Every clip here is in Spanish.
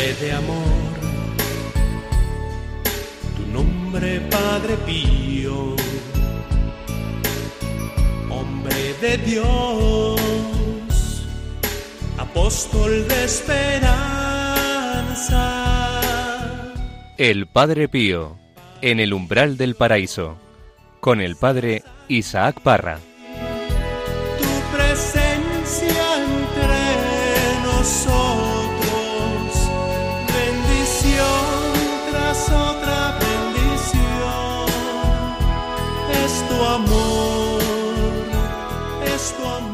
Hombre de amor, tu nombre Padre Pío, hombre de Dios, apóstol de esperanza. El Padre Pío, en el umbral del paraíso, con el Padre Isaac Parra. Tu presencia entre nosotros, bendición tras otra bendición, es tu amor, es tu amor.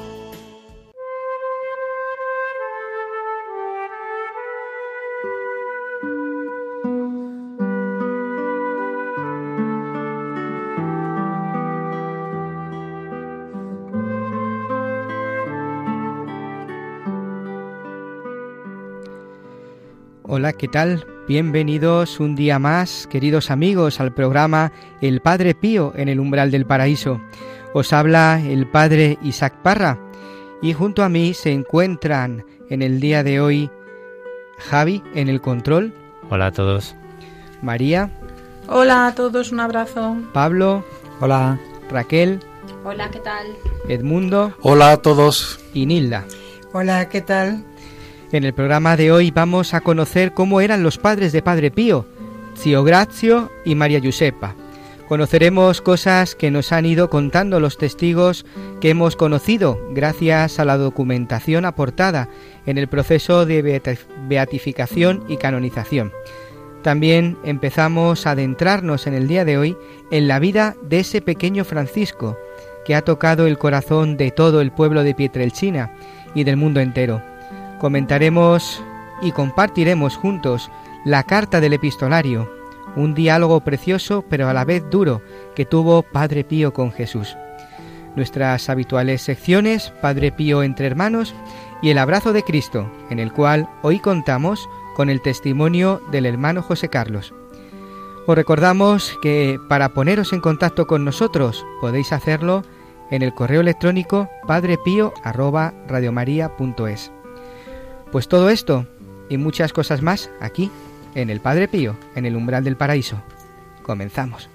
Hola, ¿qué tal? Bienvenidos un día más, queridos amigos, al programa El Padre Pío en el umbral del paraíso. Os habla el Padre Isaac Parra y junto a mí se encuentran en el día de hoy Javi en el control. Hola a todos. María. Hola a todos, un abrazo. Pablo. Hola. Raquel. Hola, ¿qué tal? Edmundo. Hola a todos. Y Nilda. Hola, ¿qué tal? En el programa de hoy vamos a conocer cómo eran los padres de Padre Pío, Zio Grazio y María Giuseppa. Conoceremos cosas que nos han ido contando los testigos que hemos conocido gracias a la documentación aportada en el proceso de beatificación y canonización. También empezamos a adentrarnos en el día de hoy en la vida de ese pequeño Francisco que ha tocado el corazón de todo el pueblo de Pietrelcina y del mundo entero. Comentaremos y compartiremos juntos la carta del epistolario, un diálogo precioso pero a la vez duro que tuvo Padre Pío con Jesús. Nuestras habituales secciones, Padre Pío entre hermanos y el abrazo de Cristo, en el cual hoy contamos con el testimonio del hermano José Carlos. Os recordamos que para poneros en contacto con nosotros podéis hacerlo en el correo electrónico padrepío@radiomaria.es. Pues todo esto y muchas cosas más aquí, en el Padre Pío, en el umbral del paraíso. Comenzamos.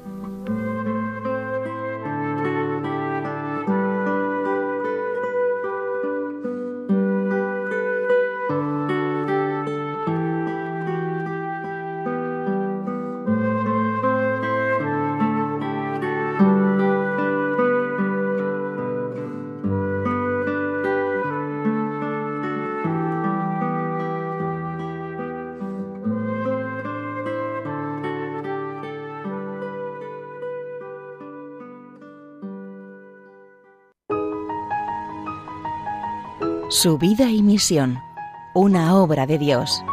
Su vida y misión, una obra de Dios.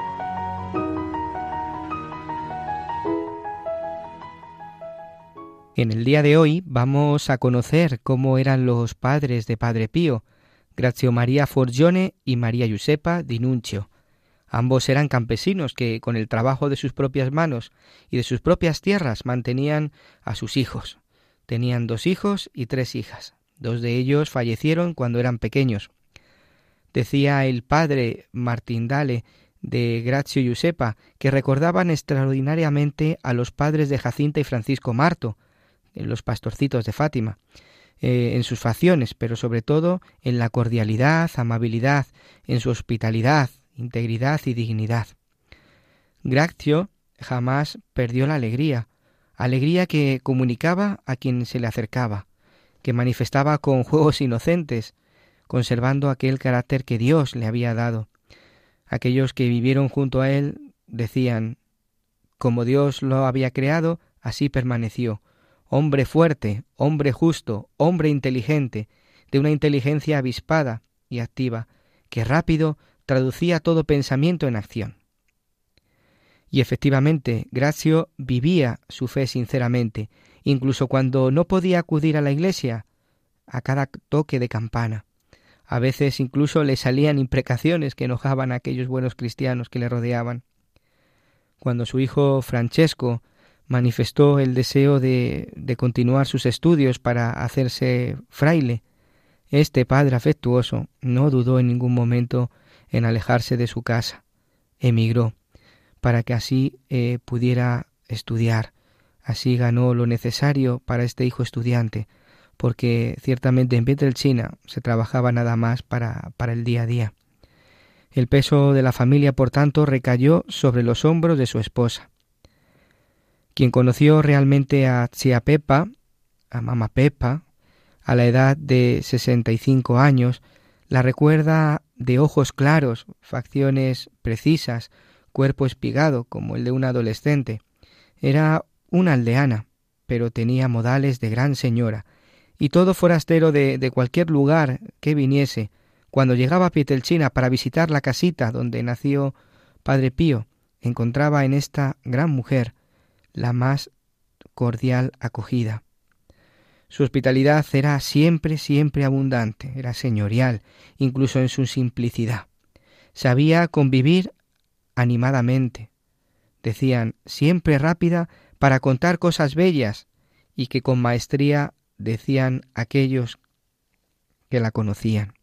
En el día de hoy vamos a conocer cómo eran los padres de Padre Pío, Grazio Maria Forgione y María Giuseppa di Nuncio. Ambos eran campesinos que, con el trabajo de sus propias manos y de sus propias tierras, mantenían a sus hijos. Tenían 2 hijos y 3 hijas. 2 de ellos fallecieron cuando eran pequeños. Decía el padre Martindale de Grazio Giuseppa que recordaban extraordinariamente a los padres de Jacinta y Francisco Marto, los pastorcitos de Fátima, en sus facciones, pero sobre todo en la cordialidad, amabilidad, en su hospitalidad, integridad y dignidad. Grazio jamás perdió la alegría que comunicaba a quien se le acercaba, que manifestaba con juegos inocentes, conservando aquel carácter que Dios le había dado. Aquellos que vivieron junto a él decían: como Dios lo había creado, así permaneció, hombre fuerte, hombre justo, hombre inteligente, de una inteligencia avispada y activa, que rápido traducía todo pensamiento en acción. Y efectivamente, Grazio vivía su fe sinceramente, incluso cuando no podía acudir a la iglesia, a cada toque de campana. A veces incluso le salían imprecaciones que enojaban a aquellos buenos cristianos que le rodeaban. Cuando su hijo Francesco manifestó el deseo de continuar sus estudios para hacerse fraile, este padre afectuoso no dudó en ningún momento en alejarse de su casa, emigró para que así pudiera estudiar. Así ganó lo necesario para este hijo estudiante, porque ciertamente en Pietrelcina se trabajaba nada más para el día a día. El peso de la familia, por tanto, recayó sobre los hombros de su esposa. Quien conoció realmente a Tsia Pepa, a Mama Pepa, a la edad de 65 años, la recuerda de ojos claros, facciones precisas, cuerpo espigado como el de una adolescente. Era una aldeana, pero tenía modales de gran señora, y todo forastero de cualquier lugar que viniese, cuando llegaba a Pietrelcina para visitar la casita donde nació Padre Pío, encontraba en esta gran mujer la más cordial acogida. Su hospitalidad era siempre, siempre abundante, era señorial, incluso en su simplicidad. Sabía convivir animadamente. Decían, siempre rápida para contar cosas bellas, y que con maestría decían aquellos que la conocían.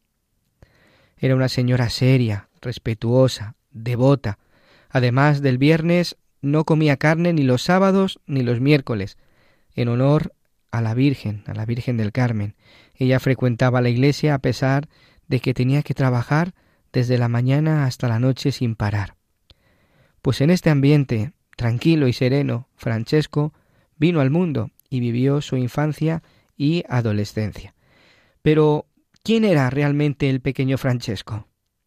Era una señora seria, respetuosa, devota. Además del viernes no comía carne ni los sábados ni los miércoles, en honor a la Virgen del Carmen. Ella frecuentaba la iglesia a pesar de que tenía que trabajar desde la mañana hasta la noche sin parar. Pues en este ambiente tranquilo y sereno, Francesco vino al mundo y vivió su infancia y adolescencia. Pero, ¿quién era realmente el pequeño Francesco?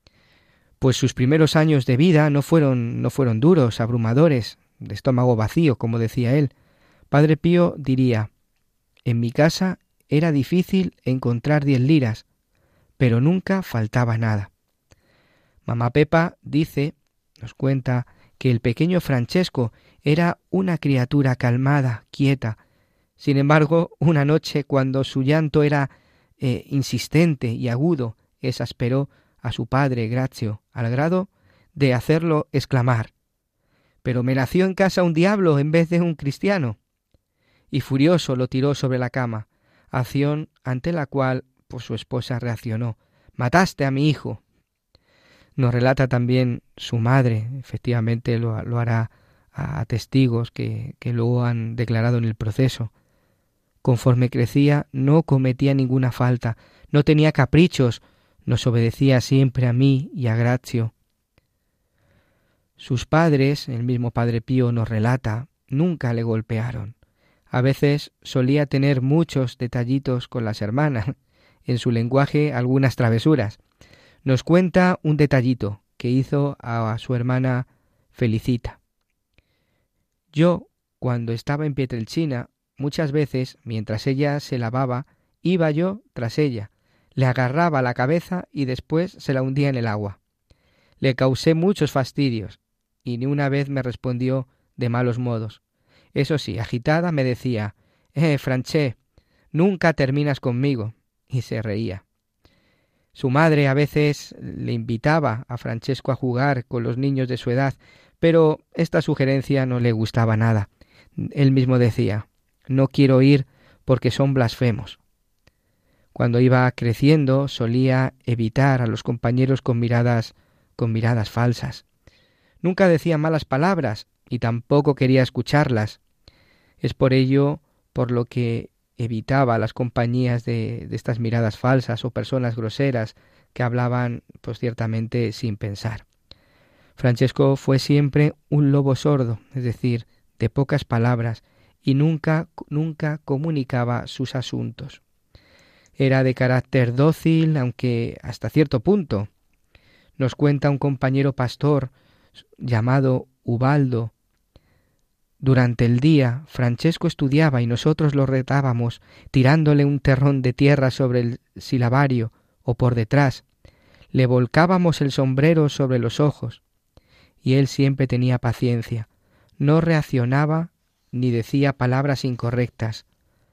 Pues sus primeros años de vida no fueron duros, abrumadores, de estómago vacío, como decía él. Padre Pío diría, en mi casa era difícil encontrar 10 liras, pero nunca faltaba nada. Mamá Pepa nos cuenta, que el pequeño Francesco era una criatura calmada, quieta. Sin embargo, una noche, cuando su llanto era insistente y agudo, exasperó a su padre Grazio, al grado de hacerlo exclamar, «¿Pero me nació en casa un diablo en vez de un cristiano?» Y furioso lo tiró sobre la cama, acción ante la cual su esposa reaccionó. «¡Mataste a mi hijo!». Nos relata también su madre, efectivamente lo hará a testigos que lo han declarado en el proceso. Conforme crecía, no cometía ninguna falta, no tenía caprichos, nos obedecía siempre a mí y a Grazio. Sus padres, el mismo Padre Pío nos relata, nunca le golpearon. A veces solía tener muchos detallitos con las hermanas, en su lenguaje algunas travesuras. Nos cuenta un detallito que hizo a su hermana Felicita. Yo, cuando estaba en Pietrelcina, muchas veces, mientras ella se lavaba, iba yo tras ella, le agarraba la cabeza y después se la hundía en el agua. Le causé muchos fastidios, y ni una vez me respondió de malos modos. Eso sí, agitada me decía, Francé, nunca terminas conmigo, y se reía. Su madre a veces le invitaba a Francesco a jugar con los niños de su edad, pero esta sugerencia no le gustaba nada. Él mismo decía, no quiero ir porque son blasfemos. Cuando iba creciendo solía evitar a los compañeros con miradas falsas. Nunca decía malas palabras y tampoco quería escucharlas. Es por ello por lo que evitaba las compañías de estas miradas falsas o personas groseras que hablaban ciertamente sin pensar. Francesco fue siempre un lobo sordo, es decir, de pocas palabras, y nunca comunicaba sus asuntos. Era de carácter dócil, aunque hasta cierto punto. Nos cuenta un compañero pastor llamado Ubaldo. Durante el día, Francesco estudiaba y nosotros lo retábamos, tirándole un terrón de tierra sobre el silabario o por detrás. Le volcábamos el sombrero sobre los ojos. Y él siempre tenía paciencia. No reaccionaba ni decía palabras incorrectas.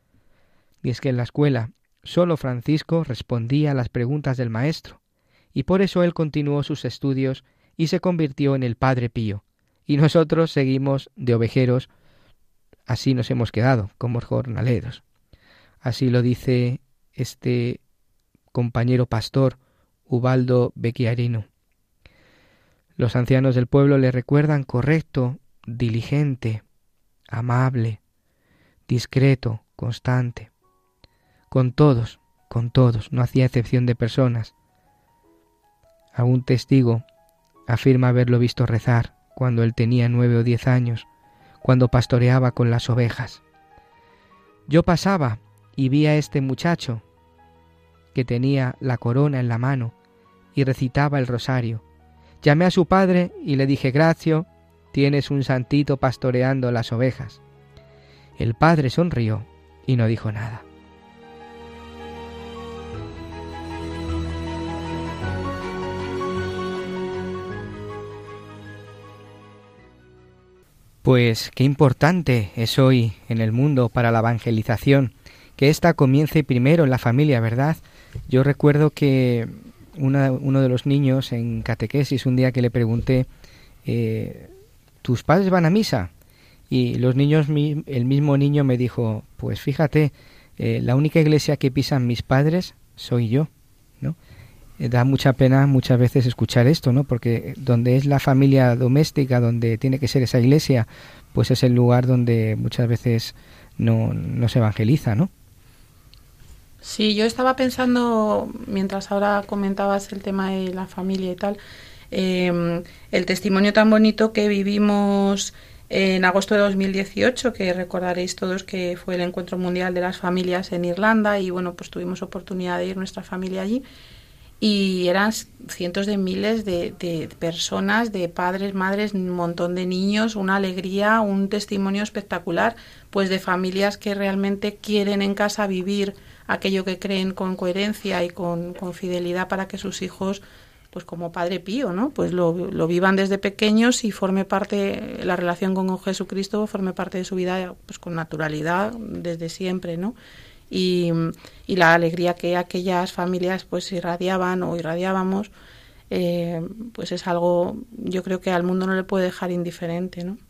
Y es que en la escuela solo Francisco respondía a las preguntas del maestro, y por eso él continuó sus estudios y se convirtió en el Padre Pío. Y nosotros seguimos de ovejeros, así nos hemos quedado, como jornaleros. Así lo dice este compañero pastor, Ubaldo Becchiarino. Los ancianos del pueblo le recuerdan correcto, diligente, amable, discreto, constante. Con todos, no hacía excepción de personas. Algún testigo afirma haberlo visto rezar cuando él tenía 9 o 10 años, cuando pastoreaba con las ovejas. Yo pasaba y vi a este muchacho que tenía la corona en la mano y recitaba el rosario. Llamé a su padre y le dije: Grazio, tienes un santito pastoreando las ovejas. El padre sonrió y no dijo nada. Pues qué importante es hoy en el mundo para la evangelización, que ésta comience primero en la familia, ¿verdad? Yo recuerdo que uno de los niños en catequesis, un día que le pregunté, ¿tus padres van a misa? Y el mismo niño me dijo, pues fíjate, la única iglesia que pisan mis padres soy yo, ¿no? Da mucha pena muchas veces escuchar esto, ¿no? Porque donde es la familia doméstica, donde tiene que ser esa iglesia, pues es el lugar donde muchas veces no se evangeliza, ¿no? Sí, yo estaba pensando, mientras ahora comentabas el tema de la familia y tal, el testimonio tan bonito que vivimos en agosto de 2018, que recordaréis todos que fue el Encuentro Mundial de las Familias en Irlanda, y bueno, pues tuvimos oportunidad de ir nuestra familia allí. Y eran cientos de miles de personas, de padres, madres, un montón de niños, una alegría, un testimonio espectacular, pues de familias que realmente quieren en casa vivir aquello que creen con coherencia y con fidelidad para que sus hijos, pues como Padre Pío, ¿no? Pues lo vivan desde pequeños y forme parte, la relación con Jesucristo forme parte de su vida, pues con naturalidad desde siempre, ¿no? Y la alegría que aquellas familias pues irradiaban o irradiábamos, pues es algo, yo creo que al mundo no le puede dejar indiferente, ¿no?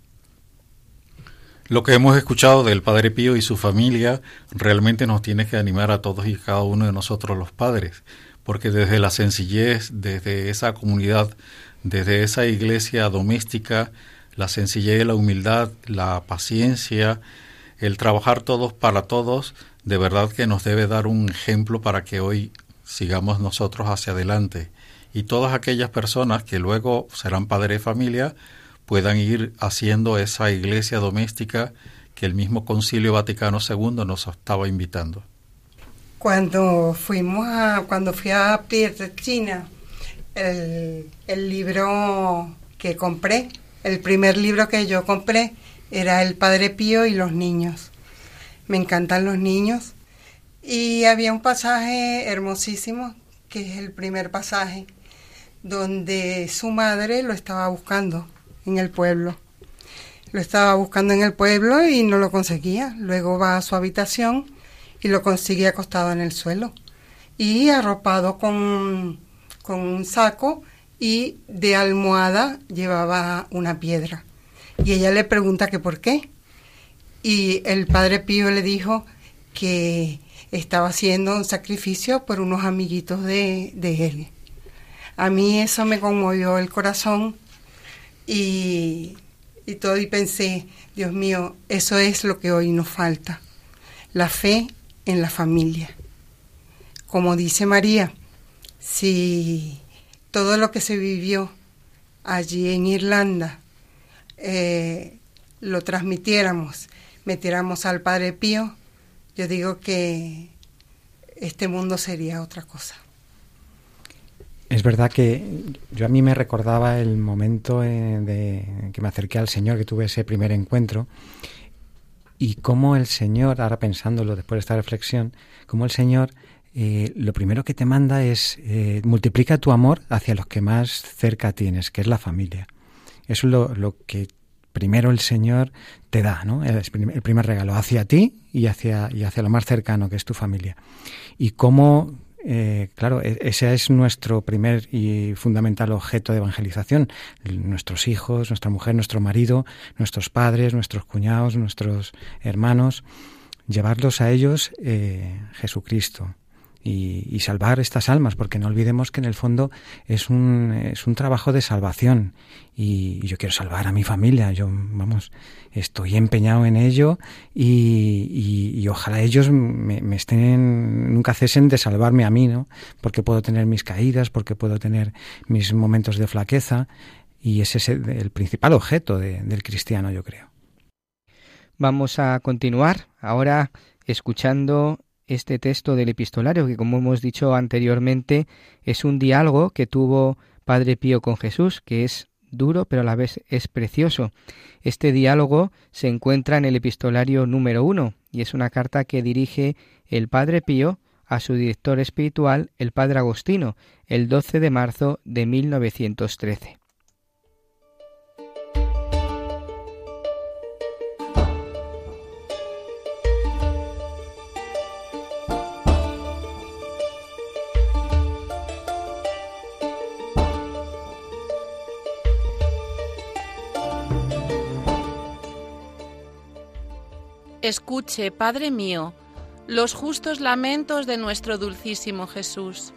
Lo que hemos escuchado del Padre Pío y su familia realmente nos tiene que animar a todos y cada uno de nosotros los padres, porque desde la sencillez, desde esa comunidad, desde esa iglesia doméstica, la sencillez y la humildad, la paciencia, el trabajar todos para todos, de verdad que nos debe dar un ejemplo para que hoy sigamos nosotros hacia adelante. Y todas aquellas personas que luego serán padres de familia puedan ir haciendo esa iglesia doméstica que el mismo Concilio Vaticano II nos estaba invitando. Cuando fui a Pietrelcina, el libro que compré, el primer libro que yo compré era El Padre Pío y los niños. Me encantan los niños. Y había un pasaje hermosísimo, que es el primer pasaje, donde su madre lo estaba buscando en el pueblo. Lo estaba buscando en el pueblo y no lo conseguía. Luego va a su habitación y lo consigue acostado en el suelo y arropado con un saco, y de almohada llevaba una piedra. Y ella le pregunta que por qué. Y el Padre Pío le dijo que estaba haciendo un sacrificio por unos amiguitos de él. A mí eso me conmovió el corazón y todo, y pensé, Dios mío, eso es lo que hoy nos falta, la fe en la familia. Como dice María, si todo lo que se vivió allí en Irlanda lo transmitiéramos, metiéramos al Padre Pío, yo digo que este mundo sería otra cosa. Es verdad que a mí me recordaba el momento que me acerqué al Señor, que tuve ese primer encuentro, y cómo el Señor, ahora pensándolo después de esta reflexión, cómo el Señor lo primero que te manda es multiplica tu amor hacia los que más cerca tienes, que es la familia. Eso es lo que primero el Señor te da, ¿no? El primer regalo hacia ti y hacia lo más cercano, que es tu familia. Y cómo, claro, ese es nuestro primer y fundamental objeto de evangelización. Nuestros hijos, nuestra mujer, nuestro marido, nuestros padres, nuestros cuñados, nuestros hermanos, llevarlos a ellos Jesucristo. y salvar estas almas, porque no olvidemos que en el fondo es un trabajo de salvación, y yo quiero salvar a mi familia. Yo, estoy empeñado en ello, y ojalá ellos me estén, nunca cesen de salvarme a mí, ¿no? Porque puedo tener mis caídas, porque puedo tener mis momentos de flaqueza, y ese es el principal objeto del cristiano, yo creo. Vamos a continuar ahora escuchando este texto del epistolario, que como hemos dicho anteriormente es un diálogo que tuvo Padre Pío con Jesús, que es duro pero a la vez es precioso. Este diálogo se encuentra en el epistolario número 1 y es una carta que dirige el Padre Pío a su director espiritual, el Padre Agostino, el 12 de marzo de 1913. Escuche, Padre mío, los justos lamentos de nuestro dulcísimo Jesús.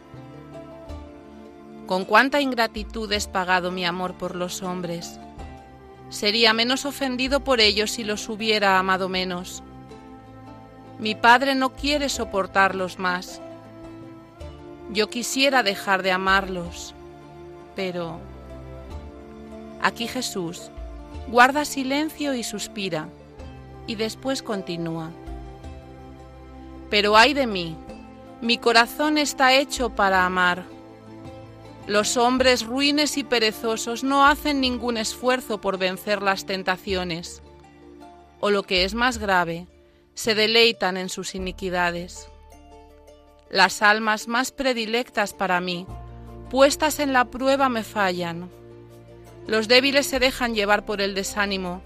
Con cuánta ingratitud es pagado mi amor por los hombres. Sería menos ofendido por ellos si los hubiera amado menos. Mi Padre no quiere soportarlos más. Yo quisiera dejar de amarlos, pero... Aquí Jesús guarda silencio y suspira. Y después continúa. Pero ay de mí, mi corazón está hecho para amar. Los hombres ruines y perezosos no hacen ningún esfuerzo por vencer las tentaciones, o lo que es más grave, se deleitan en sus iniquidades. Las almas más predilectas para mí, puestas en la prueba, me fallan. Los débiles se dejan llevar por el desánimo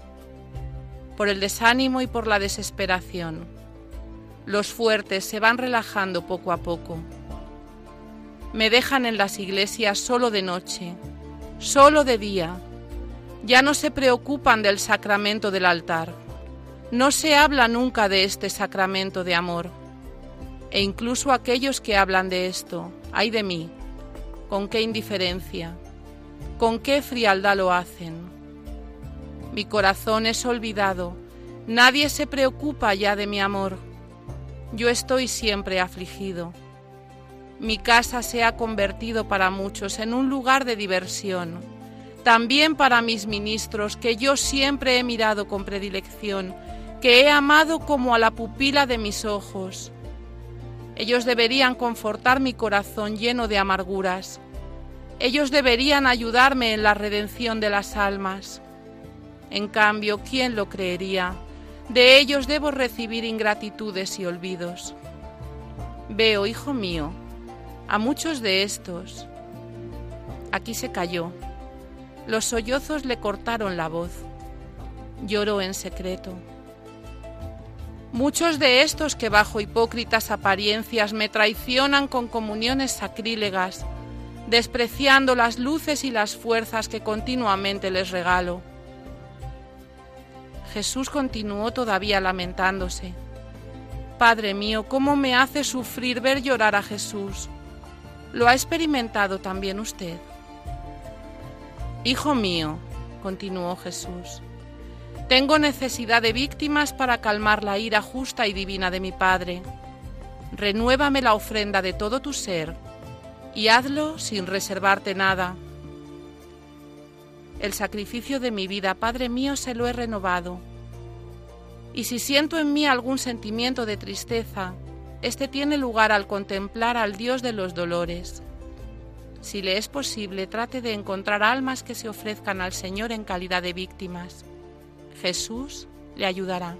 y por la desesperación. Los fuertes se van relajando poco a poco. Me dejan en las iglesias solo de noche, solo de día. Ya no se preocupan del sacramento del altar. No se habla nunca de este sacramento de amor. E incluso aquellos que hablan de esto, ay de mí, con qué indiferencia, con qué frialdad lo hacen. Mi corazón es olvidado, nadie se preocupa ya de mi amor. Yo estoy siempre afligido. Mi casa se ha convertido para muchos en un lugar de diversión, también para mis ministros, que yo siempre he mirado con predilección, que he amado como a la pupila de mis ojos. Ellos deberían confortar mi corazón lleno de amarguras. Ellos deberían ayudarme en la redención de las almas. En cambio, ¿quién lo creería? De ellos debo recibir ingratitudes y olvidos. Veo, hijo mío, a muchos de estos. Aquí se calló. Los sollozos le cortaron la voz. Lloró en secreto. Muchos de estos que bajo hipócritas apariencias me traicionan con comuniones sacrílegas, despreciando las luces y las fuerzas que continuamente les regalo. Jesús continuó todavía lamentándose. Padre mío, ¿cómo me hace sufrir ver llorar a Jesús? ¿Lo ha experimentado también usted? Hijo mío, continuó Jesús, tengo necesidad de víctimas para calmar la ira justa y divina de mi Padre. Renuévame la ofrenda de todo tu ser y hazlo sin reservarte nada. El sacrificio de mi vida, Padre mío, se lo he renovado. Y si siento en mí algún sentimiento de tristeza, este tiene lugar al contemplar al Dios de los dolores. Si le es posible, trate de encontrar almas que se ofrezcan al Señor en calidad de víctimas. Jesús le ayudará.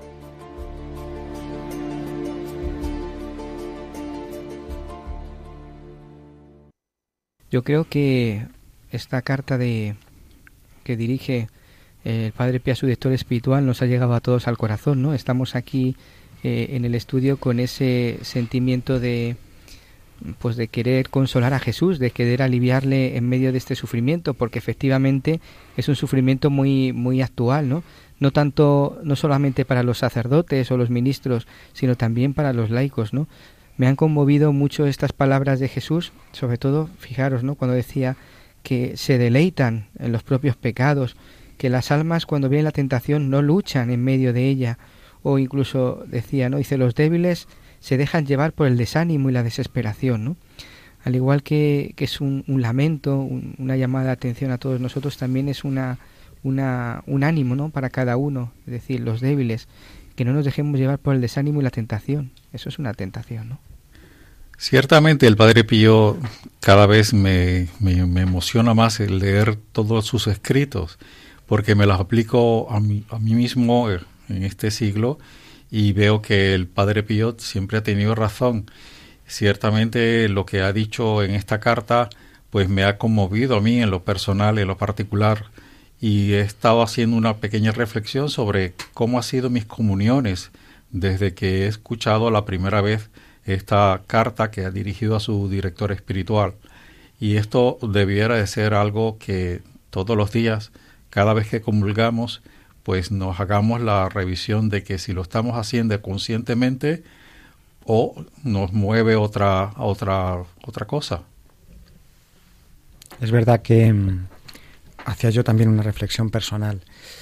Yo creo que esta carta que dirige el Padre Pío a su director espiritual nos ha llegado a todos al corazón, ¿no? Estamos aquí en el estudio con ese sentimiento de querer consolar a Jesús, de querer aliviarle en medio de este sufrimiento, porque efectivamente es un sufrimiento muy muy actual, ¿no? No solamente para los sacerdotes o los ministros, sino también para los laicos, ¿no? Me han conmovido mucho estas palabras de Jesús, sobre todo, fijaros, ¿no?, cuando decía que se deleitan en los propios pecados, que las almas cuando viene la tentación no luchan en medio de ella, o incluso decía, ¿no?, dice, los débiles se dejan llevar por el desánimo y la desesperación, ¿no? Al igual que es un lamento, una llamada de atención a todos nosotros, también es un ánimo, ¿no?, para cada uno, es decir, los débiles, que no nos dejemos llevar por el desánimo y la tentación. Eso es una tentación, ¿no? Ciertamente el Padre Pío cada vez me emociona más el leer todos sus escritos, porque me los aplico a mí mismo en este siglo y veo que el Padre Pío siempre ha tenido razón. Ciertamente lo que ha dicho en esta carta pues me ha conmovido a mí en lo personal, en lo particular, y he estado haciendo una pequeña reflexión sobre cómo han sido mis comuniones desde que he escuchado la primera vez esta carta que ha dirigido a su director espiritual. Y esto debiera de ser algo que todos los días, cada vez que comulgamos, pues nos hagamos la revisión de que si lo estamos haciendo conscientemente o nos mueve otra cosa. Es verdad que hacía yo también una reflexión personal.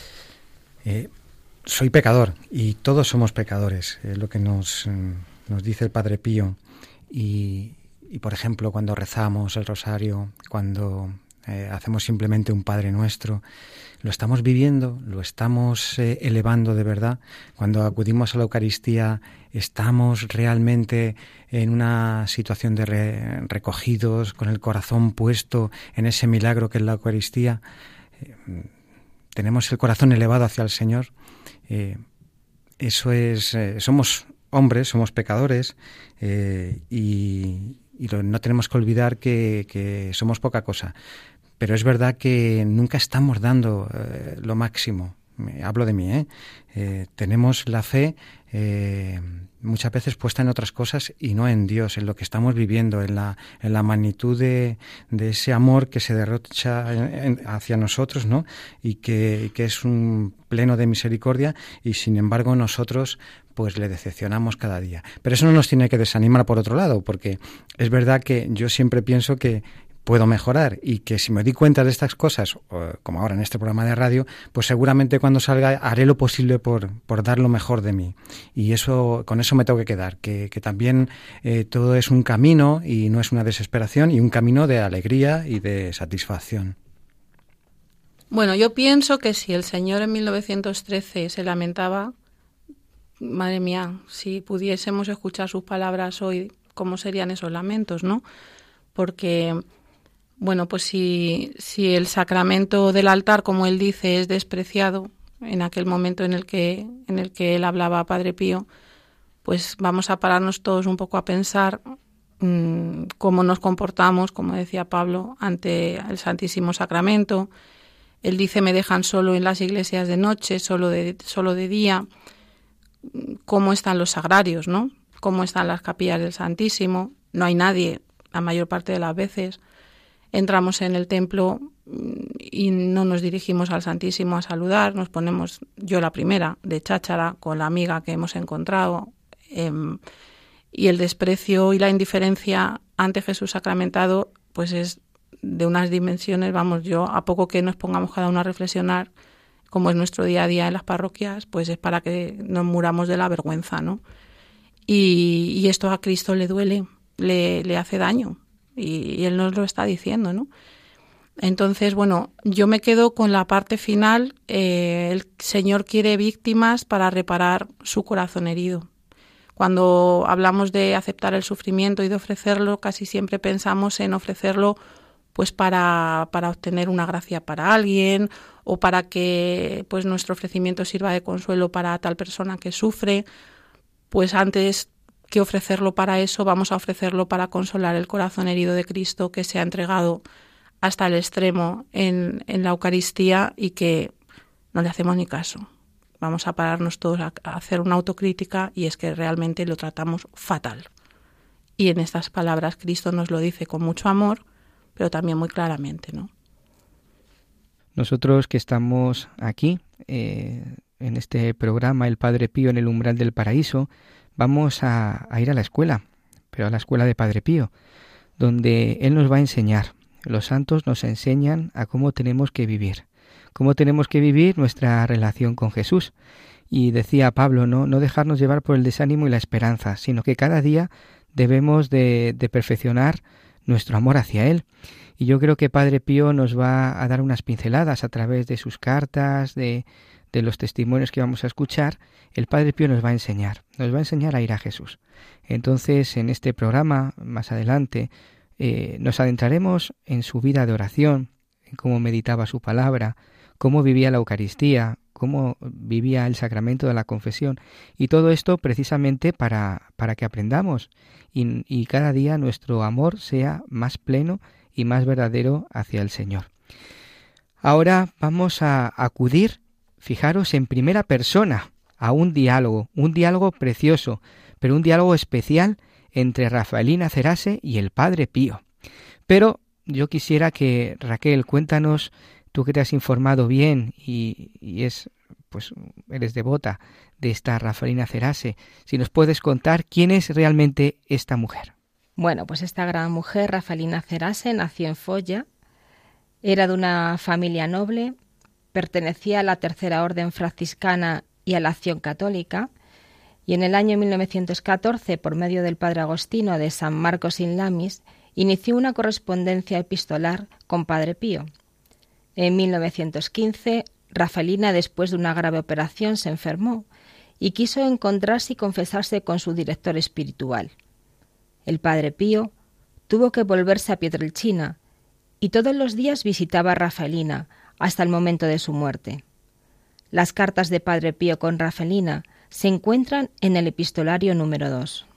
Soy pecador y todos somos pecadores, es lo que nos dice el Padre Pío. Y por ejemplo, cuando rezamos el rosario, cuando hacemos simplemente un Padre Nuestro, lo estamos viviendo, lo estamos elevando de verdad. Cuando acudimos a la Eucaristía, estamos realmente en una situación de recogidos, con el corazón puesto en ese milagro que es la Eucaristía. Tenemos el corazón elevado hacia el Señor. Eso es, somos hombres, somos pecadores, y no tenemos que olvidar que somos poca cosa. Pero es verdad que nunca estamos dando lo máximo. Hablo de mí, tenemos la fe muchas veces puesta en otras cosas y no en Dios, en lo que estamos viviendo, en la magnitud de ese amor que se derrocha hacia nosotros, ¿no? Y que es un pleno de misericordia, y sin embargo nosotros pues le decepcionamos cada día. Pero eso no nos tiene que desanimar por otro lado, porque es verdad que yo siempre pienso que puedo mejorar, y que si me doy cuenta de estas cosas, como ahora en este programa de radio, pues seguramente cuando salga haré lo posible por dar lo mejor de mí. Y con eso me tengo que quedar, que también todo es un camino y no es una desesperación, y un camino de alegría y de satisfacción. Bueno, yo pienso que si el Señor en 1913 se lamentaba, madre mía, si pudiésemos escuchar sus palabras hoy, ¿cómo serían esos lamentos, no? Porque bueno, pues si el sacramento del altar, como él dice, es despreciado en aquel momento en el que él hablaba a Padre Pío, pues vamos a pararnos todos un poco a pensar cómo nos comportamos, como decía Pablo, ante el Santísimo Sacramento. Él dice, me dejan solo en las iglesias de noche, solo de día. ¿Cómo están los sagrarios, no? ¿Cómo están las capillas del Santísimo? No hay nadie, la mayor parte de las veces. Entramos en el templo y no nos dirigimos al Santísimo a saludar, nos ponemos, yo la primera, de cháchara con la amiga que hemos encontrado, y el desprecio y la indiferencia ante Jesús sacramentado pues es de unas dimensiones, vamos, yo a poco que nos pongamos cada uno a reflexionar, como es nuestro día a día en las parroquias, pues es para que nos muramos de la vergüenza, ¿no? Y esto a Cristo le duele, le hace daño. Y él nos lo está diciendo, ¿no? Entonces, bueno, yo me quedo con la parte final. El Señor quiere víctimas para reparar su corazón herido. Cuando hablamos de aceptar el sufrimiento y de ofrecerlo, casi siempre pensamos en ofrecerlo pues para obtener una gracia para alguien, o para que pues nuestro ofrecimiento sirva de consuelo para tal persona que sufre. Pues antes que ofrecerlo para eso, vamos a ofrecerlo para consolar el corazón herido de Cristo, que se ha entregado hasta el extremo en la Eucaristía y que no le hacemos ni caso. Vamos a pararnos todos a hacer una autocrítica, y es que realmente lo tratamos fatal. Y en estas palabras Cristo nos lo dice con mucho amor, pero también muy claramente, ¿no? Nosotros que estamos aquí, en este programa, El Padre Pío en el umbral del paraíso, vamos a ir a la escuela, pero a la escuela de Padre Pío, donde él nos va a enseñar. Los santos nos enseñan a cómo tenemos que vivir nuestra relación con Jesús. Y decía Pablo, no dejarnos llevar por el desánimo y la esperanza, sino que cada día debemos de perfeccionar nuestro amor hacia Él. Y yo creo que Padre Pío nos va a dar unas pinceladas a través de sus cartas, de los testimonios que vamos a escuchar. El Padre Pío nos va a enseñar a ir a Jesús. Entonces, en este programa, más adelante, nos adentraremos en su vida de oración, en cómo meditaba su palabra, cómo vivía la Eucaristía, cómo vivía el sacramento de la confesión, y todo esto precisamente para que aprendamos y cada día nuestro amor sea más pleno y más verdadero hacia el Señor. Ahora vamos a acudir, fijaros, en primera persona a un diálogo precioso, pero un diálogo especial entre Rafaelina Cerase y el Padre Pío. Pero yo quisiera que, Raquel, cuéntanos, tú que te has informado bien y eres devota de esta Rafaelina Cerase, si nos puedes contar quién es realmente esta mujer. Bueno, pues esta gran mujer, Rafaelina Cerase, nació en Foggia, era de una familia noble, pertenecía a la Tercera Orden Franciscana y a la Acción Católica, y en el año 1914, por medio del padre Agostino de San Marcos in Lamis, inició una correspondencia epistolar con Padre Pío. En 1915, Rafaelina, después de una grave operación, se enfermó y quiso encontrarse y confesarse con su director espiritual. El Padre Pío tuvo que volverse a Pietrelcina y todos los días visitaba a Rafaelina hasta el momento de su muerte. Las cartas de Padre Pío con Rafaelina se encuentran en el epistolario número 2.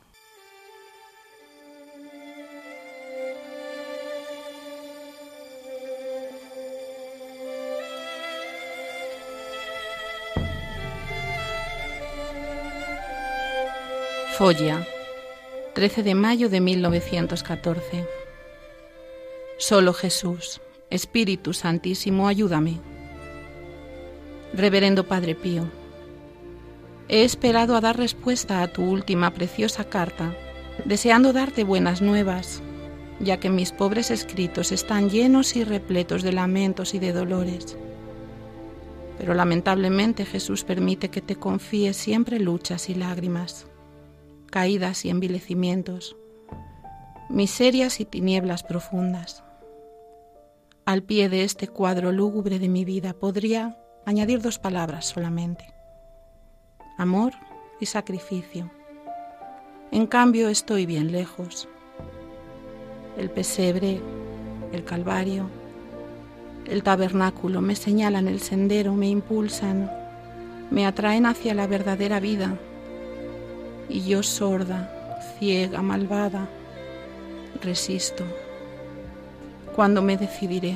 Foggia, 13 de mayo de 1914. Solo Jesús, Espíritu Santísimo, ayúdame. Reverendo Padre Pío, he esperado a dar respuesta a tu última preciosa carta, deseando darte buenas nuevas, ya que mis pobres escritos están llenos y repletos de lamentos y de dolores. Pero lamentablemente Jesús permite que te confíe siempre luchas y lágrimas, caídas y envilecimientos, miserias y tinieblas profundas. Al pie de este cuadro lúgubre de mi vida podría añadir 2 palabras solamente: amor y sacrificio. En cambio estoy bien lejos. El pesebre, el calvario, el tabernáculo me señalan el sendero, me impulsan, me atraen hacia la verdadera vida. Y yo, sorda, ciega, malvada, resisto. ¿Cuándo me decidiré?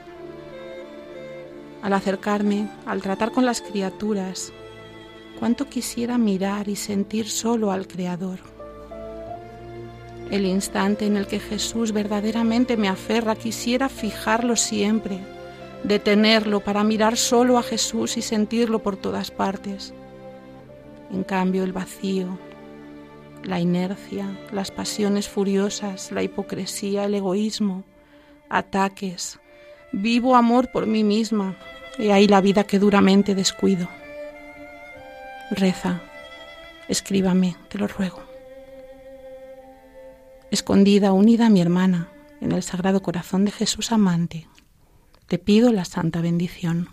Al acercarme, al tratar con las criaturas, cuánto quisiera mirar y sentir solo al Creador. El instante en el que Jesús verdaderamente me aferra, quisiera fijarlo siempre, detenerlo para mirar solo a Jesús y sentirlo por todas partes. En cambio, el vacío, la inercia, las pasiones furiosas, la hipocresía, el egoísmo, ataques, vivo amor por mí misma, he ahí la vida que duramente descuido. Reza, escríbame, te lo ruego. Escondida, unida a mi hermana, en el Sagrado Corazón de Jesús amante, te pido la santa bendición.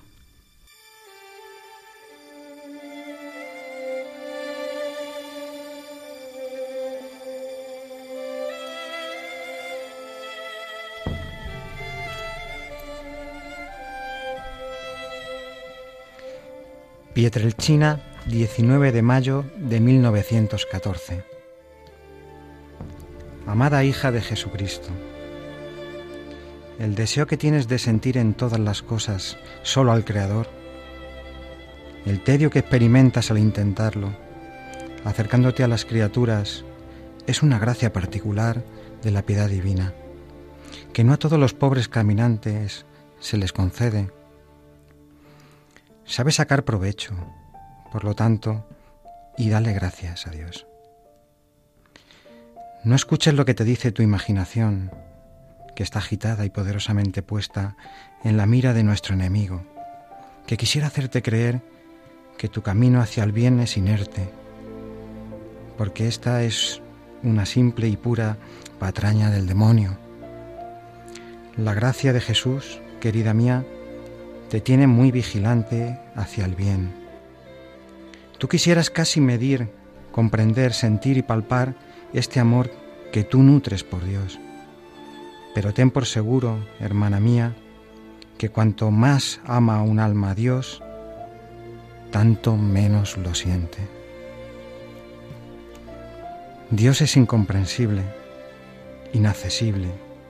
Pietrelcina, 19 de mayo de 1914. Amada hija de Jesucristo, el deseo que tienes de sentir en todas las cosas solo al Creador, el tedio que experimentas al intentarlo, acercándote a las criaturas, es una gracia particular de la piedad divina, que no a todos los pobres caminantes se les concede. Sabe sacar provecho, por lo tanto, y dale gracias a Dios. No escuches lo que te dice tu imaginación, que está agitada y poderosamente puesta en la mira de nuestro enemigo, que quisiera hacerte creer que tu camino hacia el bien es inerte, porque esta es una simple y pura patraña del demonio. La gracia de Jesús, querida mía, te tiene muy vigilante hacia el bien. Tú quisieras casi medir, comprender, sentir y palpar este amor que tú nutres por Dios. Pero ten por seguro, hermana mía, que cuanto más ama un alma a Dios, tanto menos lo siente. Dios es incomprensible, inaccesible.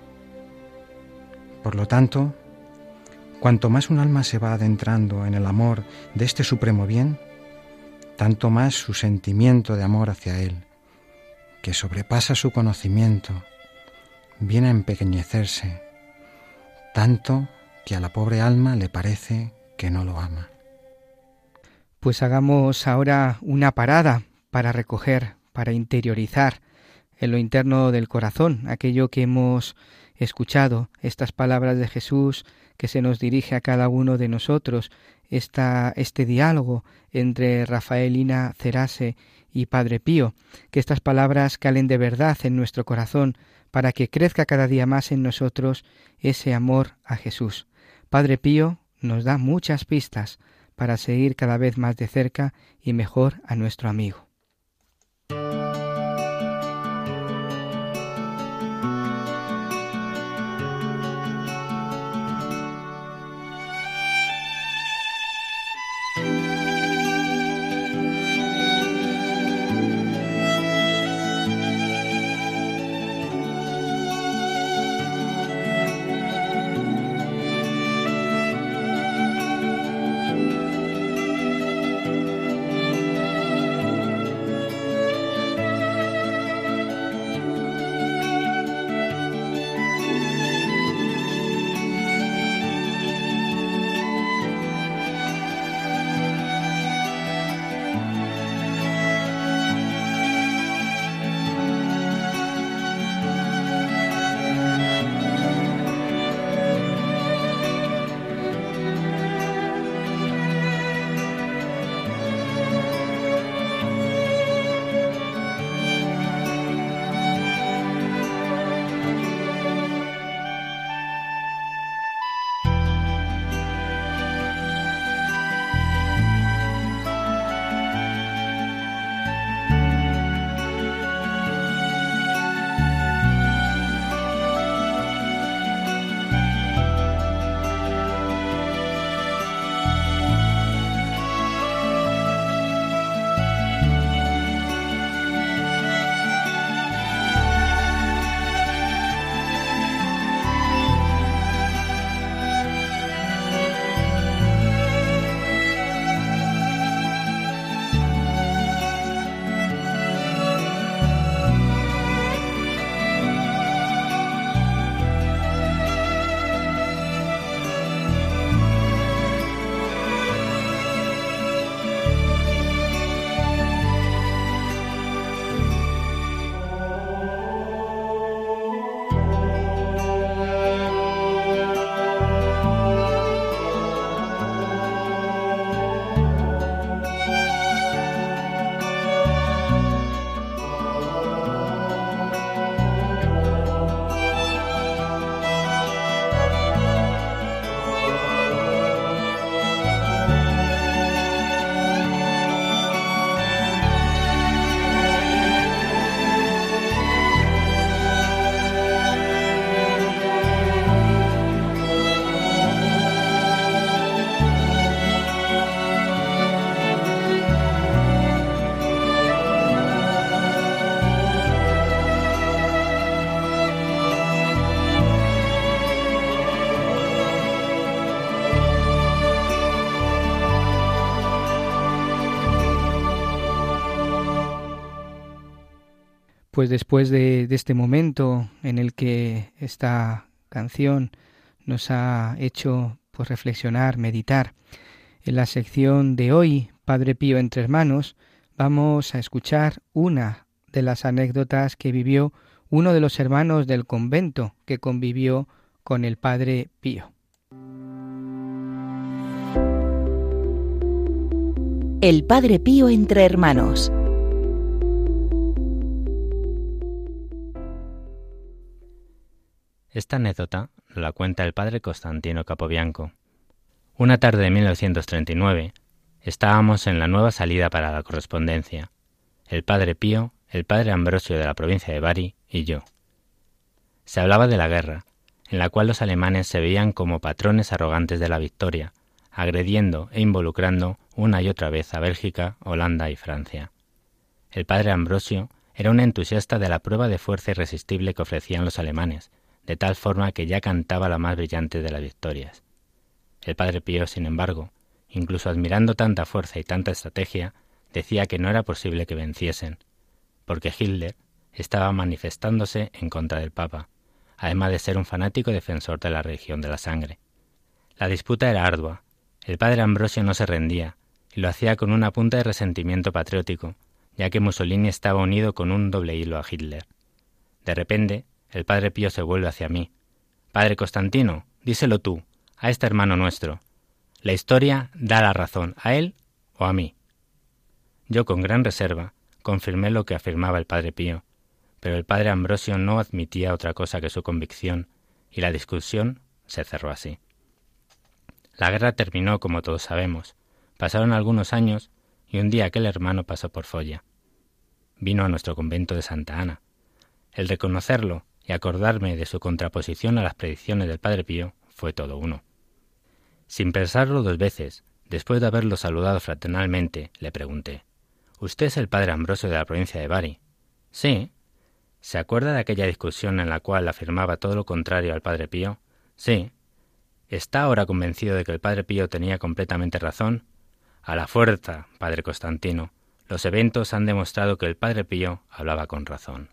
Por lo tanto, cuanto más un alma se va adentrando en el amor de este supremo bien, tanto más su sentimiento de amor hacia Él, que sobrepasa su conocimiento, viene a empequeñecerse, tanto que a la pobre alma le parece que no lo ama. Pues hagamos ahora una parada para recoger, para interiorizar en lo interno del corazón aquello que hemos escuchado, estas palabras de Jesús que se nos dirige a cada uno de nosotros, este diálogo entre Rafaelina Cerase y Padre Pío, que estas palabras calen de verdad en nuestro corazón para que crezca cada día más en nosotros ese amor a Jesús. Padre Pío nos da muchas pistas para seguir cada vez más de cerca y mejor a nuestro amigo. Pues después de este momento en el que esta canción nos ha hecho pues reflexionar, meditar, en la sección de hoy, Padre Pío entre hermanos, vamos a escuchar una de las anécdotas que vivió uno de los hermanos del convento que convivió con el Padre Pío. El Padre Pío entre hermanos. Esta anécdota la cuenta el padre Costantino Capobianco. Una tarde de 1939 estábamos en la nueva salida para la correspondencia, el Padre Pío, el Padre Ambrosio de la provincia de Bari y yo. Se hablaba de la guerra, en la cual los alemanes se veían como patrones arrogantes de la victoria, agrediendo e involucrando una y otra vez a Bélgica, Holanda y Francia. El Padre Ambrosio era un entusiasta de la prueba de fuerza irresistible que ofrecían los alemanes, de tal forma que ya cantaba la más brillante de las victorias. El Padre Pío, sin embargo, incluso admirando tanta fuerza y tanta estrategia, decía que no era posible que venciesen, porque Hitler estaba manifestándose en contra del Papa, además de ser un fanático defensor de la religión de la sangre. La disputa era ardua. El Padre Ambrosio no se rendía, y lo hacía con una punta de resentimiento patriótico, ya que Mussolini estaba unido con un doble hilo a Hitler. De repente, el Padre Pío se vuelve hacia mí. «Padre Constantino, díselo tú, a este hermano nuestro. La historia da la razón, ¿a él o a mí?» Yo, con gran reserva, confirmé lo que afirmaba el Padre Pío, pero el Padre Ambrosio no admitía otra cosa que su convicción, y la discusión se cerró así. La guerra terminó, como todos sabemos. Pasaron algunos años, y un día aquel hermano pasó por Folla. Vino a nuestro convento de Santa Ana. El reconocerlo y acordarme de su contraposición a las predicciones del Padre Pío fue todo uno. Sin pensarlo dos veces, después de haberlo saludado fraternalmente, le pregunté: «¿Usted es el Padre Ambrosio de la provincia de Bari?» «Sí». «¿Se acuerda de aquella discusión en la cual afirmaba todo lo contrario al Padre Pío?» «Sí». «¿Está ahora convencido de que el Padre Pío tenía completamente razón?» «A la fuerza, Padre Constantino. Los eventos han demostrado que el Padre Pío hablaba con razón».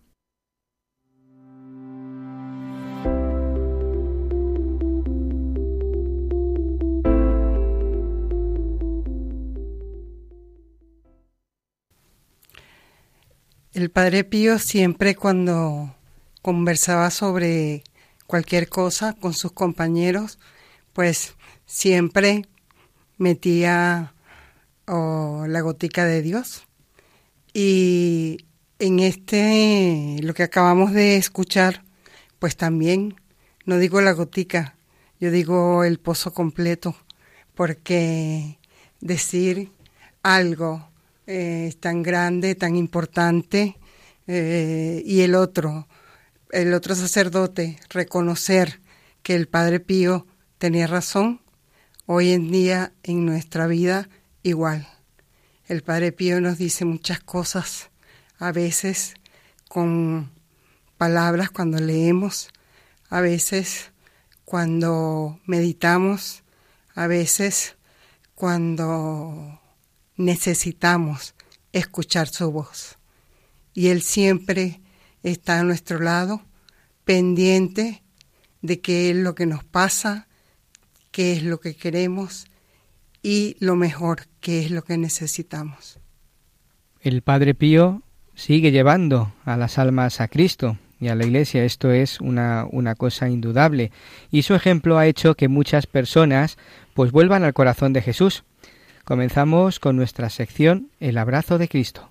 El Padre Pío siempre, cuando conversaba sobre cualquier cosa con sus compañeros, pues siempre metía la gotica de Dios. Y en lo que acabamos de escuchar, pues también, no digo la gotica, yo digo el pozo completo, porque decir algo tan grande, tan importante, y el otro sacerdote reconocer que el Padre Pío tenía razón, hoy en día en nuestra vida igual. El Padre Pío nos dice muchas cosas, a veces con palabras cuando leemos, a veces cuando meditamos, a veces cuando necesitamos escuchar su voz. Y Él siempre está a nuestro lado, pendiente de qué es lo que nos pasa, qué es lo que queremos y lo mejor, qué es lo que necesitamos. El Padre Pío sigue llevando a las almas a Cristo y a la Iglesia. Esto es una cosa indudable. Y su ejemplo ha hecho que muchas personas pues vuelvan al corazón de Jesús. Comenzamos con nuestra sección El abrazo de Cristo.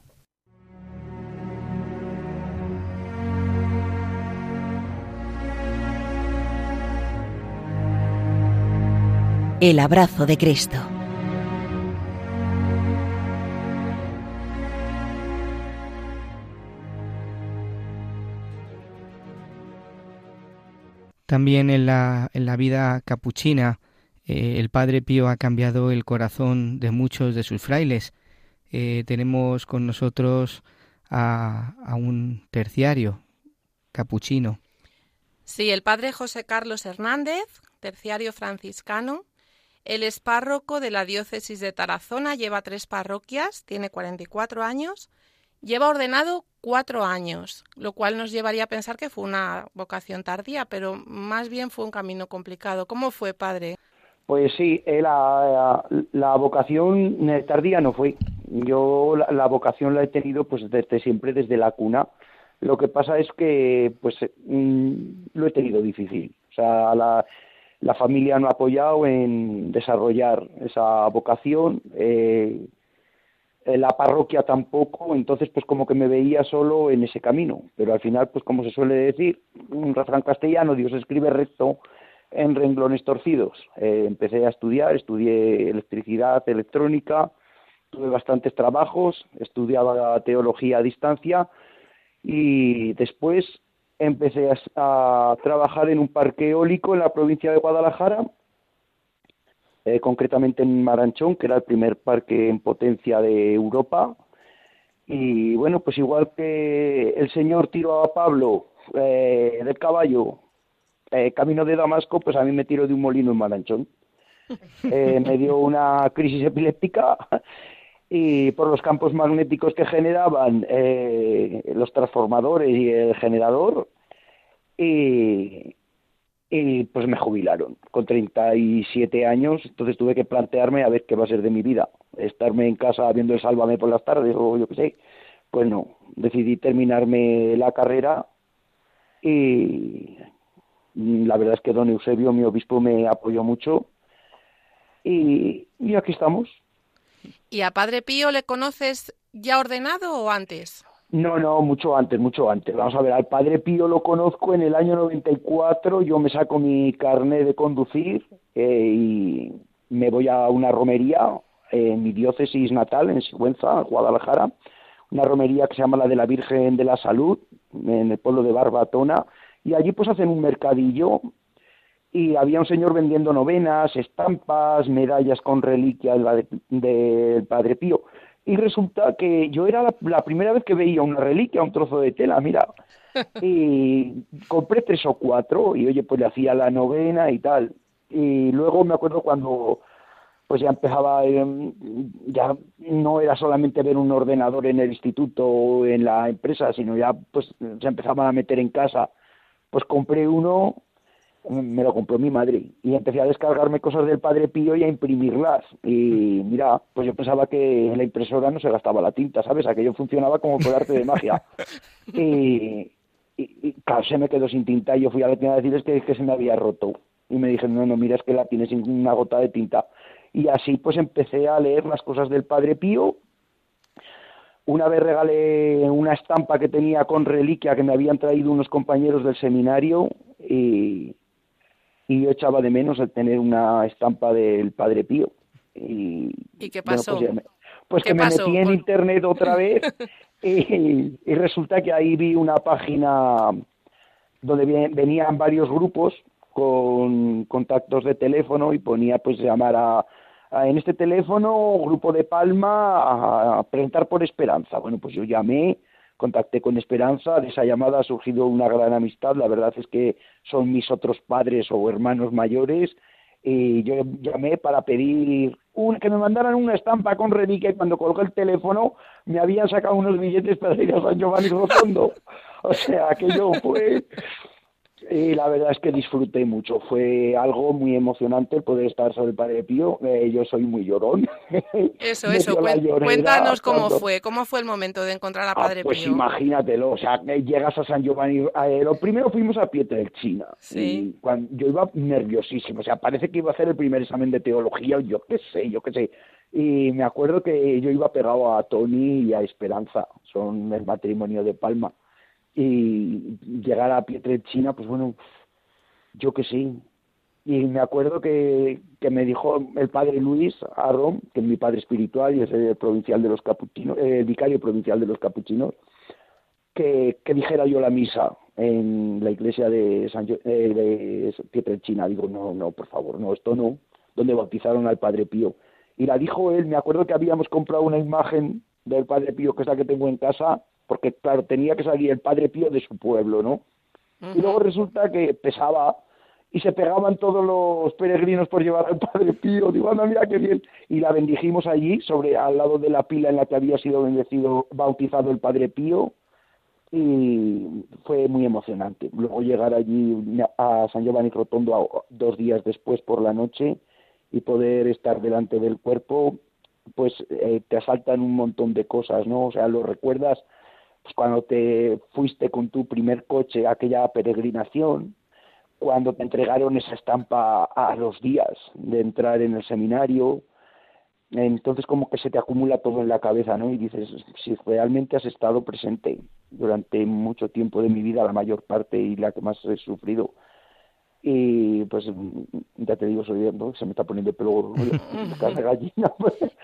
El abrazo de Cristo. También en la vida capuchina, el Padre Pío ha cambiado el corazón de muchos de sus frailes. Tenemos con nosotros a un terciario capuchino. Sí, el Padre José Carlos Hernández, terciario franciscano. Él es párroco de la diócesis de Tarazona, lleva 3 parroquias, tiene 44 años, lleva ordenado 4 años, lo cual nos llevaría a pensar que fue una vocación tardía, pero más bien fue un camino complicado. ¿Cómo fue, padre? Pues sí, la vocación tardía no fue. Yo la vocación la he tenido pues desde siempre, desde la cuna. Lo que pasa es que pues lo he tenido difícil. O sea, la familia no ha apoyado en desarrollar esa vocación, la parroquia tampoco, entonces pues como que me veía solo en ese camino. Pero al final, pues como se suele decir, un refrán castellano, Dios escribe recto en renglones torcidos. Empecé a estudiar, estudié electricidad, electrónica, tuve bastantes trabajos, estudiaba teología a distancia y después empecé a trabajar en un parque eólico en la provincia de Guadalajara, concretamente en Maranchón, que era el primer parque en potencia de Europa. Y bueno, pues igual que el Señor tiró a Pablo del caballo camino de Damasco, pues a mí me tiró de un molino en Maranchón. Me dio una crisis epiléptica y por los campos magnéticos que generaban los transformadores y el generador, y pues me jubilaron con 37 años. Entonces tuve que plantearme a ver qué va a ser de mi vida, estarme en casa viendo el Sálvame por las tardes o yo qué sé. Pues no, decidí terminarme la carrera y la verdad es que don Eusebio, mi obispo, me apoyó mucho y aquí estamos. ¿Y a Padre Pío le conoces ya ordenado o antes? No, mucho antes. Vamos a ver, al Padre Pío lo conozco en el año 94, yo me saco mi carnet de conducir y me voy a una romería en mi diócesis natal, en Sigüenza, Guadalajara, una romería que se llama la de la Virgen de la Salud, en el pueblo de Barbatona, y allí pues hacen un mercadillo y había un señor vendiendo novenas, estampas, medallas con reliquias del Padre Pío. Y resulta que yo era la primera vez que veía una reliquia, un trozo de tela, mira. Y compré 3 o 4 y oye, pues le hacía la novena y tal. Y luego me acuerdo cuando pues ya empezaba, ya no era solamente ver un ordenador en el instituto o en la empresa, sino ya pues se empezaban a meter en casa. Pues compré uno, me lo compró mi madre y empecé a descargarme cosas del Padre Pío y a imprimirlas. Y mira, pues yo pensaba que en la impresora no se gastaba la tinta, ¿sabes? Aquello funcionaba como por arte de magia. Y claro, se me quedó sin tinta y yo fui a la tienda a decirles que se me había roto. Y me dijeron, no, mira, es que la tienes sin una gota de tinta. Y así pues empecé a leer las cosas del Padre Pío. Una vez regalé una estampa que tenía con reliquia que me habían traído unos compañeros del seminario y yo echaba de menos el tener una estampa del Padre Pío. ¿Y qué pasó? Bueno, pues que me metí en internet otra vez y resulta que ahí vi una página donde venían varios grupos con contactos de teléfono y ponía pues llamar en este teléfono, Grupo de Palma, a preguntar por Esperanza. Bueno, pues yo llamé, contacté con Esperanza, de esa llamada ha surgido una gran amistad, la verdad es que son mis otros padres o hermanos mayores, y yo llamé para pedir que me mandaran una estampa con reliquia y cuando colgué el teléfono me habían sacado unos billetes para ir a San Giovanni Rotondo. O sea, aquello fue... Y la verdad es que disfruté mucho, fue algo muy emocionante el poder estar sobre el Padre Pío. Yo soy muy llorón. Eso, cuéntanos cómo fue el momento de encontrar a Padre pues Pío. Imagínatelo, o sea, llegas a San Giovanni, lo primero fuimos a Pietrelcina, sí. Y yo iba nerviosísimo, o sea, parece que iba a hacer el primer examen de teología, yo qué sé, y me acuerdo que yo iba pegado a Tony y a Esperanza, son el matrimonio de Palma. Y llegar a Pietrelcina, pues bueno, yo que sé. Y me acuerdo que me dijo el padre Luis Arrom, que es mi padre espiritual y es el provincial de los capuchinos, el vicario provincial de los capuchinos, que dijera yo la misa en la iglesia de Pietrelcina. Digo, no, por favor, no, esto no, donde bautizaron al Padre Pío. Y la dijo él, me acuerdo que habíamos comprado una imagen del Padre Pío, que es la que tengo en casa, porque claro, tenía que salir el Padre Pío de su pueblo, ¿no? Uh-huh. Y luego resulta que pesaba y se pegaban todos los peregrinos por llevar al Padre Pío. Digo, anda, mira qué bien. Y la bendijimos allí, al lado de la pila en la que había sido bautizado el Padre Pío, y fue muy emocionante. Luego llegar allí a San Giovanni Rotondo 2 días después por la noche y poder estar delante del cuerpo, pues te asaltan un montón de cosas, ¿no? O sea, lo recuerdas pues cuando te fuiste con tu primer coche a aquella peregrinación, cuando te entregaron esa estampa a los días de entrar en el seminario. Entonces como que se te acumula todo en la cabeza, ¿no? Y dices, si realmente has estado presente durante mucho tiempo de mi vida, la mayor parte y la que más he sufrido. Y pues ya te digo, ¿no? Se me está poniendo el pelo de gallina.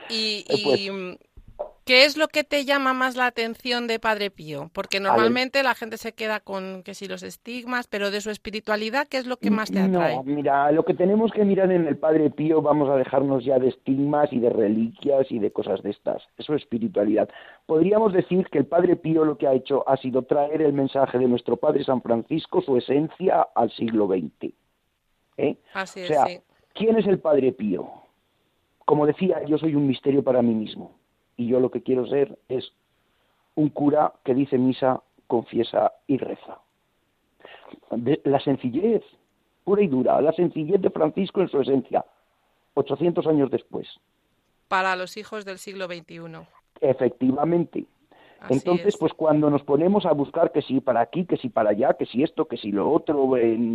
¿Qué es lo que te llama más la atención de Padre Pío? Porque normalmente la gente se queda con que si los estigmas, pero de su espiritualidad, ¿qué es lo que más te atrae? No, mira, lo que tenemos que mirar en el Padre Pío, vamos a dejarnos ya de estigmas y de reliquias y de cosas de estas. Eso es espiritualidad. Podríamos decir que el Padre Pío lo que ha hecho ha sido traer el mensaje de nuestro Padre San Francisco, su esencia, al siglo XX. Así es, o sea, sí. ¿Quién es el Padre Pío? Como decía, yo soy un misterio para mí mismo. Y yo lo que quiero ser es un cura que dice misa, confiesa y reza. La sencillez, pura y dura, la sencillez de Francisco en su esencia, 800 años después. Para los hijos del siglo XXI. Efectivamente. Así Entonces, es. pues cuando nos ponemos a buscar que si para aquí, que si para allá, que si esto, que si lo otro,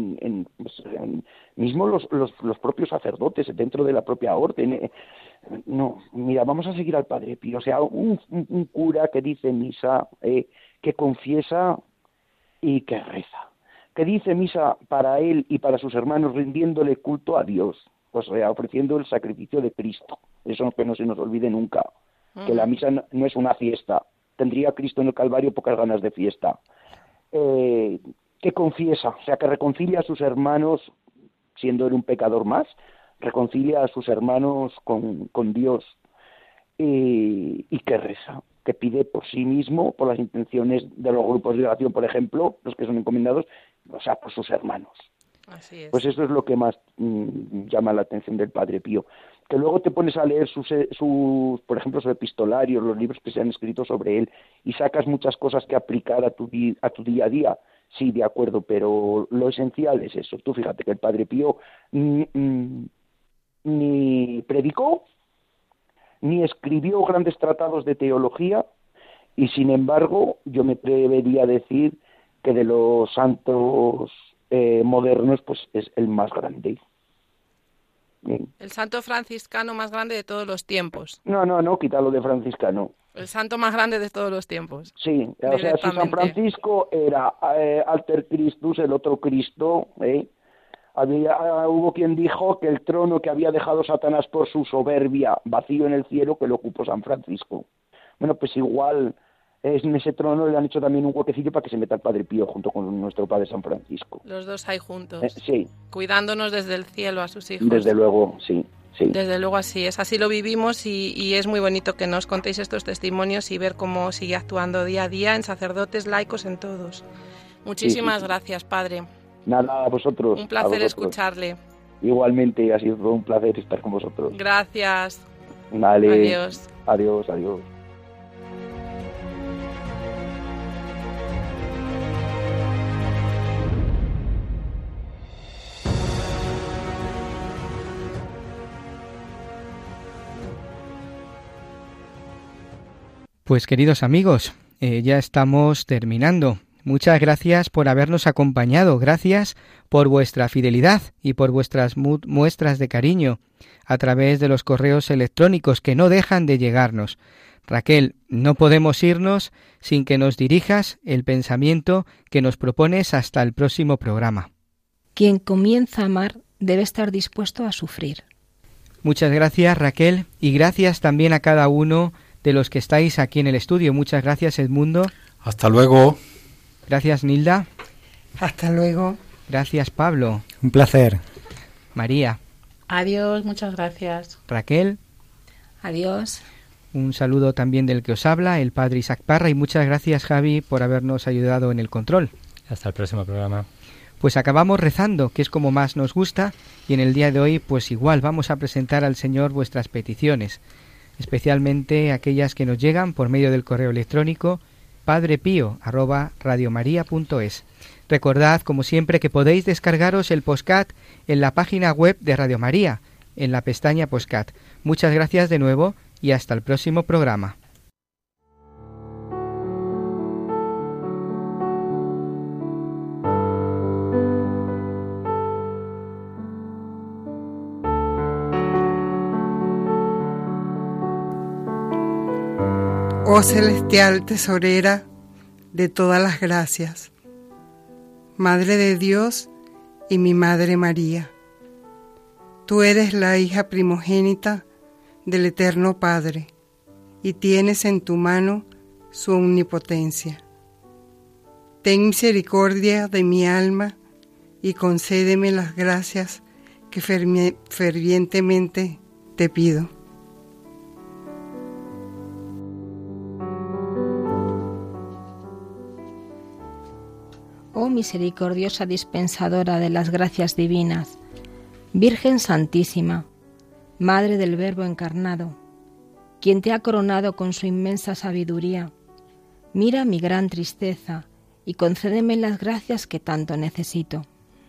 mismo los propios sacerdotes dentro de la propia orden, no, mira, vamos a seguir al Padre Pío, o sea, un cura que dice misa, que confiesa y que reza, que dice misa para él y para sus hermanos rindiéndole culto a Dios, o sea, ofreciendo el sacrificio de Cristo, eso que no se nos olvide nunca, que la misa no es una fiesta. Tendría Cristo en el Calvario pocas ganas de fiesta. Que confiesa, o sea, que reconcilia a sus hermanos, siendo él un pecador más, reconcilia a sus hermanos con Dios, y que reza, que pide por sí mismo, por las intenciones de los grupos de oración, por ejemplo, los que son encomendados, o sea, por sus hermanos. Así es. Pues eso es lo que más llama la atención del Padre Pío. Que luego te pones a leer sus por ejemplo, sus epistolarios, los libros que se han escrito sobre él, y sacas muchas cosas que aplicar a tu día a día. Sí, de acuerdo, pero lo esencial es eso. Tú fíjate que el Padre Pío ni predicó, ni escribió grandes tratados de teología, y sin embargo, yo me atrevería a decir que de los santos modernos, pues es el más grande. Bien. El santo franciscano más grande de todos los tiempos. No, quítalo de franciscano. El santo más grande de todos los tiempos. Sí, o sea, si San Francisco era alter Christus, el otro Cristo, hubo quien dijo que el trono que había dejado Satanás por su soberbia vacío en el cielo, que lo ocupó San Francisco. Bueno, pues igual en ese trono le han hecho también un huequecillo para que se meta el Padre Pío junto con nuestro Padre San Francisco. Los dos ahí juntos. Sí. Cuidándonos desde el cielo a sus hijos. Desde luego, sí. Desde luego así es. Así lo vivimos y es muy bonito que nos contéis estos testimonios y ver cómo sigue actuando día a día en sacerdotes, laicos, en todos. Muchísimas gracias, Padre. Nada, a vosotros. Un placer escucharle. Igualmente, ha sido un placer estar con vosotros. Gracias. Vale. Adiós. Adiós, adiós. Pues queridos amigos, ya estamos terminando. Muchas gracias por habernos acompañado, gracias por vuestra fidelidad y por vuestras muestras de cariño a través de los correos electrónicos que no dejan de llegarnos. Raquel, no podemos irnos sin que nos dirijas el pensamiento que nos propones hasta el próximo programa. Quien comienza a amar debe estar dispuesto a sufrir. Muchas gracias, Raquel, y gracias también a cada uno de los que estáis aquí en el estudio. Muchas gracias, Edmundo. Hasta luego. Gracias, Nilda. Hasta luego. Gracias, Pablo. Un placer. María. Adiós, muchas gracias. Raquel. Adiós. Un saludo también del que os habla, el padre Isaac Parra, y muchas gracias, Javi, por habernos ayudado en el control. Hasta el próximo programa. Pues acabamos rezando, que es como más nos gusta, y en el día de hoy, pues igual vamos a presentar al Señor vuestras peticiones, especialmente aquellas que nos llegan por medio del correo electrónico padrepío@radiomaria.es. Recordad, como siempre, que podéis descargaros el podcast en la página web de Radio María, en la pestaña Podcast. Muchas gracias de nuevo y hasta el próximo programa. Oh celestial tesorera de todas las gracias, Madre de Dios y mi Madre María, tú eres la hija primogénita del Eterno Padre y tienes en tu mano su omnipotencia. Ten misericordia de mi alma y concédeme las gracias que fervientemente te pido. Oh misericordiosa dispensadora de las gracias divinas, Virgen Santísima, Madre del Verbo encarnado, quien te ha coronado con su inmensa sabiduría, mira mi gran tristeza y concédeme las gracias que tanto necesito.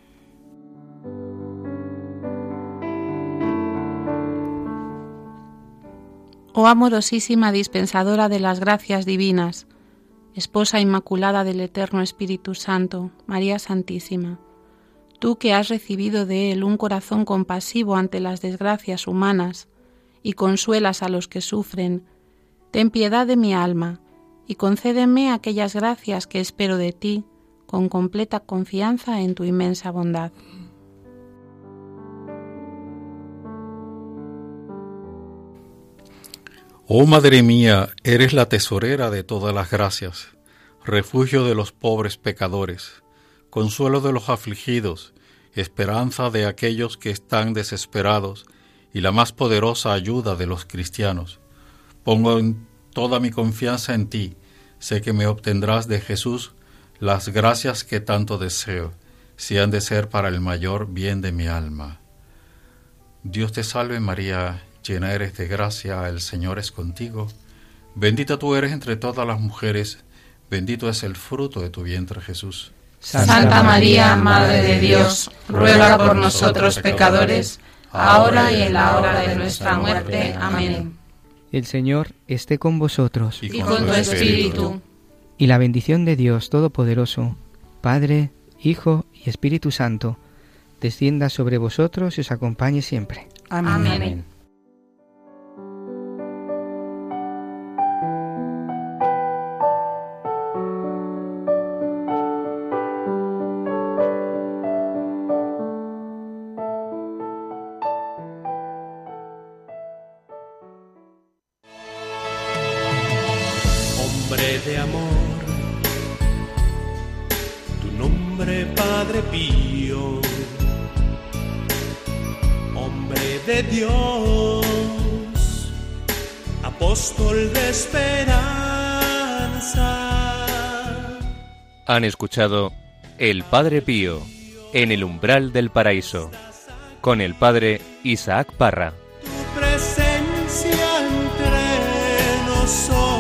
Oh amorosísima dispensadora de las gracias divinas, Esposa Inmaculada del Eterno Espíritu Santo, María Santísima, tú que has recibido de Él un corazón compasivo ante las desgracias humanas y consuelas a los que sufren, ten piedad de mi alma y concédeme aquellas gracias que espero de ti con completa confianza en tu inmensa bondad. Oh Madre mía, eres la tesorera de todas las gracias, refugio de los pobres pecadores, consuelo de los afligidos, esperanza de aquellos que están desesperados y la más poderosa ayuda de los cristianos. Pongo toda mi confianza en ti, sé que me obtendrás de Jesús las gracias que tanto deseo, si han de ser para el mayor bien de mi alma. Dios te salve María, llena eres de gracia, el Señor es contigo. Bendita tú eres entre todas las mujeres, bendito es el fruto de tu vientre Jesús. Santa María, Madre de Dios, ruega por nosotros pecadores, ahora y en la hora de nuestra muerte. Amén. El Señor esté con vosotros. Y con tu espíritu. Y la bendición de Dios Todopoderoso, Padre, Hijo y Espíritu Santo, descienda sobre vosotros y os acompañe siempre. Amén. Amén. De amor, tu nombre Padre Pío, hombre de Dios, apóstol de esperanza. Han escuchado El Padre Pío en el umbral del paraíso con el Padre Isaac Parra. Tu presencia entre nosotros